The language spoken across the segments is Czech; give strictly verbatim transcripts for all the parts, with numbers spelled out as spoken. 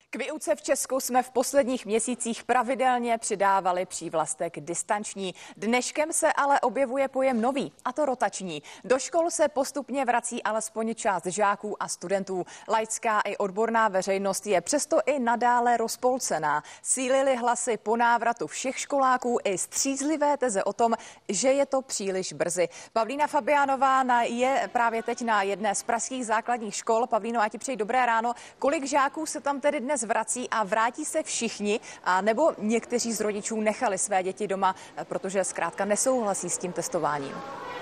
K výuce v Česku jsme v posledních měsících pravidelně přidávali přívlastek distanční. Dneškem se ale objevuje pojem nový, a to rotační. Do škol se postupně vrací alespoň část žáků a studentů. Laická i odborná veřejnost je přesto i nadále rozpolcená. Sílily hlasy po návratu všech školáků i střízlivé teze o tom, že je to příliš brzy. Pavlína Fabiánová je právě teď na jedné z pražských základních škol. Pavlíno, já ti přeji dobré ráno. Kolik žáků se tam tedy dnes vrací a vrátí se všichni, a nebo někteří z rodičů nechali své děti doma, protože zkrátka nesouhlasí s tím testováním?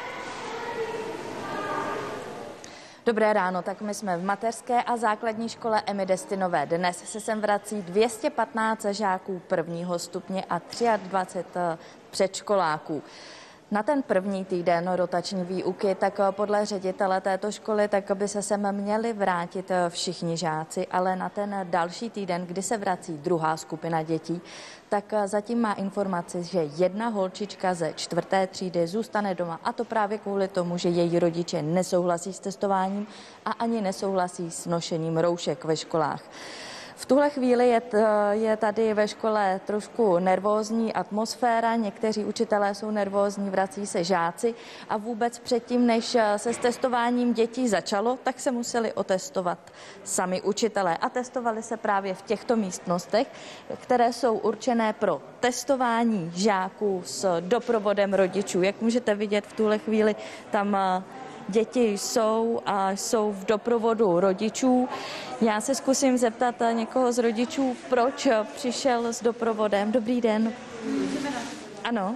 Dobré ráno, tak my jsme v mateřské a základní škole Emmy Destinové. Dnes se sem vrací dvě stě patnáct žáků prvního stupně a dvacet tři předškoláků. Na ten první týden rotační výuky, tak podle ředitele této školy, tak by se sem měli vrátit všichni žáci, ale na ten další týden, kdy se vrací druhá skupina dětí, tak zatím má informaci, že jedna holčička ze čtvrté třídy zůstane doma, a to právě kvůli tomu, že její rodiče nesouhlasí s testováním a ani nesouhlasí s nošením roušek ve školách. V tuhle chvíli je, je tady ve škole trošku nervózní atmosféra, někteří učitelé jsou nervózní, vrací se žáci a vůbec předtím, než se s testováním dětí začalo, tak se museli otestovat sami učitelé a testovali se právě v těchto místnostech, které jsou určené pro testování žáků s doprovodem rodičů. Jak můžete vidět, v tuhle chvíli tam děti jsou a jsou v doprovodu rodičů. Já se zkusím zeptat někoho z rodičů, proč přišel s doprovodem. Dobrý den. Ano.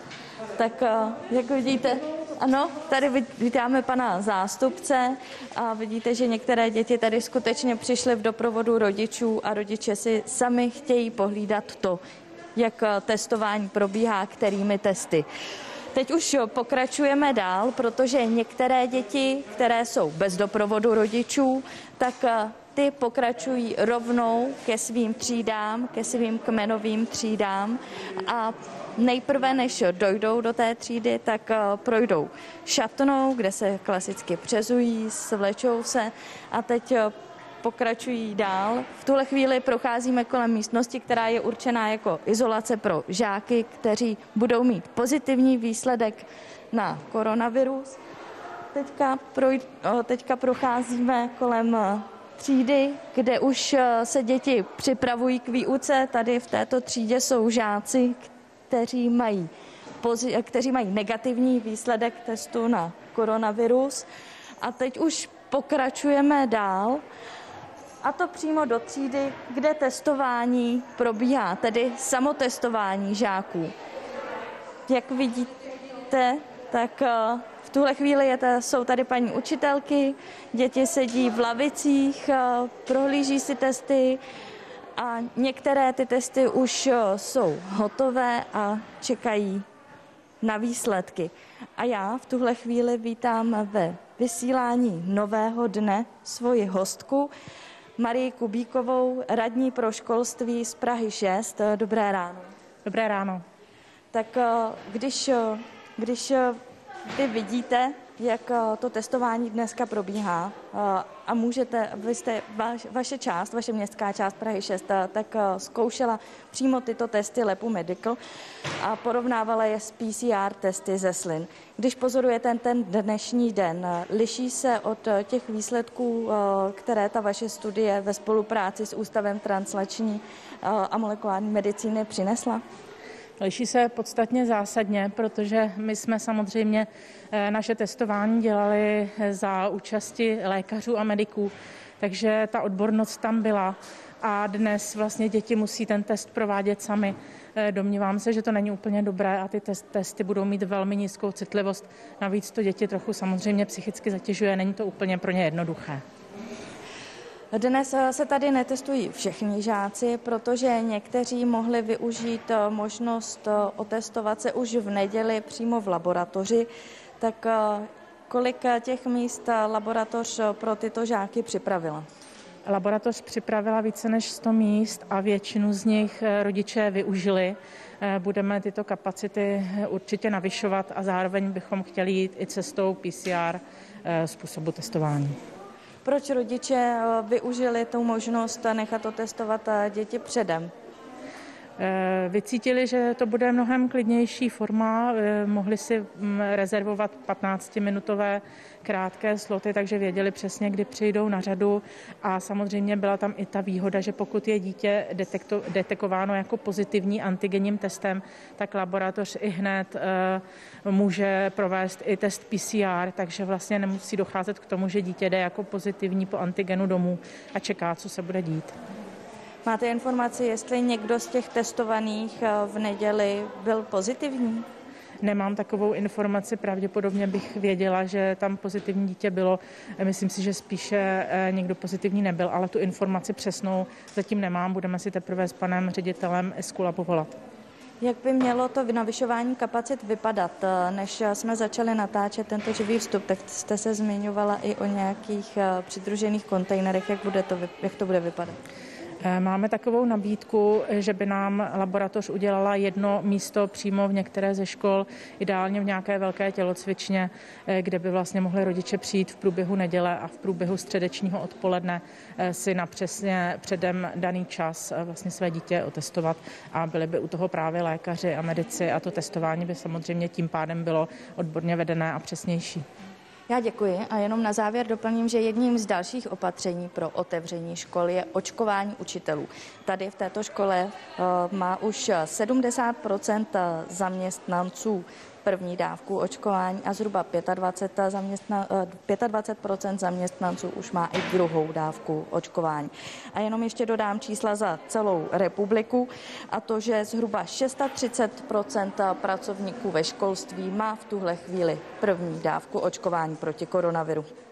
Tak jak vidíte, ano, tady vítáme pana zástupce a vidíte, že některé děti tady skutečně přišly v doprovodu rodičů a rodiče si sami chtějí pohlídat to, jak testování probíhá, kterými testy. Teď už pokračujeme dál, protože některé děti, které jsou bez doprovodu rodičů, tak ty pokračují rovnou ke svým třídám, ke svým kmenovým třídám a nejprve, než dojdou do té třídy, tak projdou šatnou, kde se klasicky přezují, svlečou se a teď pokračují dál. V tuhle chvíli procházíme kolem místnosti, která je určená jako izolace pro žáky, kteří budou mít pozitivní výsledek na koronavirus. Teďka, projď, teďka procházíme kolem třídy, kde už se děti připravují k výuce. Tady v této třídě jsou žáci, kteří mají, kteří mají negativní výsledek testu na koronavirus. A teď už pokračujeme dál. A to přímo do třídy, kde testování probíhá, tedy samotestování žáků. Jak vidíte, tak v tuhle chvíli je ta, jsou tady paní učitelky, děti sedí v lavicích, prohlíží si testy a některé ty testy už jsou hotové a čekají na výsledky. A já v tuhle chvíli vítám ve vysílání nového dne svoji hostku, Marii Kubíkovou, radní pro školství z Prahy šest. Dobré ráno. Dobré ráno. Tak když, když vy vidíte, jak to testování dneska probíhá a můžete, vy jste, vaš, vaše část, vaše městská část Prahy šest, tak zkoušela přímo tyto testy Lepu Medical a porovnávala je s P C R testy ze slin. Když pozorujete ten dnešní den, liší se od těch výsledků, které ta vaše studie ve spolupráci s Ústavem translační a molekulární medicíny přinesla? Liší se podstatně zásadně, protože my jsme samozřejmě naše testování dělali za účasti lékařů a mediků, takže ta odbornost tam byla a dnes vlastně děti musí ten test provádět sami. Domnívám se, že to není úplně dobré a ty test, testy budou mít velmi nízkou citlivost. Navíc to děti trochu samozřejmě psychicky zatěžuje, není to úplně pro ně jednoduché. Dnes se tady netestují všichni žáci, protože někteří mohli využít možnost otestovat se už v neděli přímo v laboratoři. Tak kolik těch míst laboratoř pro tyto žáky připravila? Laboratoř připravila více než sto míst a většinu z nich rodiče využili. Budeme tyto kapacity určitě navyšovat a zároveň bychom chtěli jít i cestou P C R způsobu testování. Proč rodiče využili tu možnost nechat otestovat děti předem? Vycítili, že to bude mnohem klidnější forma, mohli si rezervovat patnáctiminutové krátké sloty, takže věděli přesně, kdy přijdou na řadu a samozřejmě byla tam i ta výhoda, že pokud je dítě detekto, detekováno jako pozitivní antigenním testem, tak laboratoř i hned uh, může provést i test P C R, takže vlastně nemusí docházet k tomu, že dítě jde jako pozitivní po antigenu domů a čeká, co se bude dít. Máte informaci, jestli někdo z těch testovaných v neděli byl pozitivní? Nemám takovou informaci, pravděpodobně bych věděla, že tam pozitivní dítě bylo. Myslím si, že spíše někdo pozitivní nebyl, ale tu informaci přesnou zatím nemám. Budeme si teprve s panem ředitelem Eskula povolat. Jak by mělo to navyšování kapacit vypadat? Než jsme začali natáčet tento živý vstup, tak jste se zmiňovala i o nějakých přidružených kontejnerech. Jak, bude to, jak to bude vypadat? Máme takovou nabídku, že by nám laboratoř udělala jedno místo přímo v některé ze škol, ideálně v nějaké velké tělocvičně, kde by vlastně mohli rodiče přijít v průběhu neděle a v průběhu středečního odpoledne si na přesně předem daný čas vlastně své dítě otestovat a byli by u toho právě lékaři a medici a to testování by samozřejmě tím pádem bylo odborně vedené a přesnější. Já děkuji a jenom na závěr doplním, že jedním z dalších opatření pro otevření škol je očkování učitelů. Tady v této škole uh, má už sedmdesát procent zaměstnanců první dávku očkování a zhruba dvacet pět, zaměstna, dvacet pět procent zaměstnanců už má i druhou dávku očkování. A jenom ještě dodám čísla za celou republiku a to, že zhruba třicet šest procent pracovníků ve školství má v tuhle chvíli první dávku očkování proti koronaviru.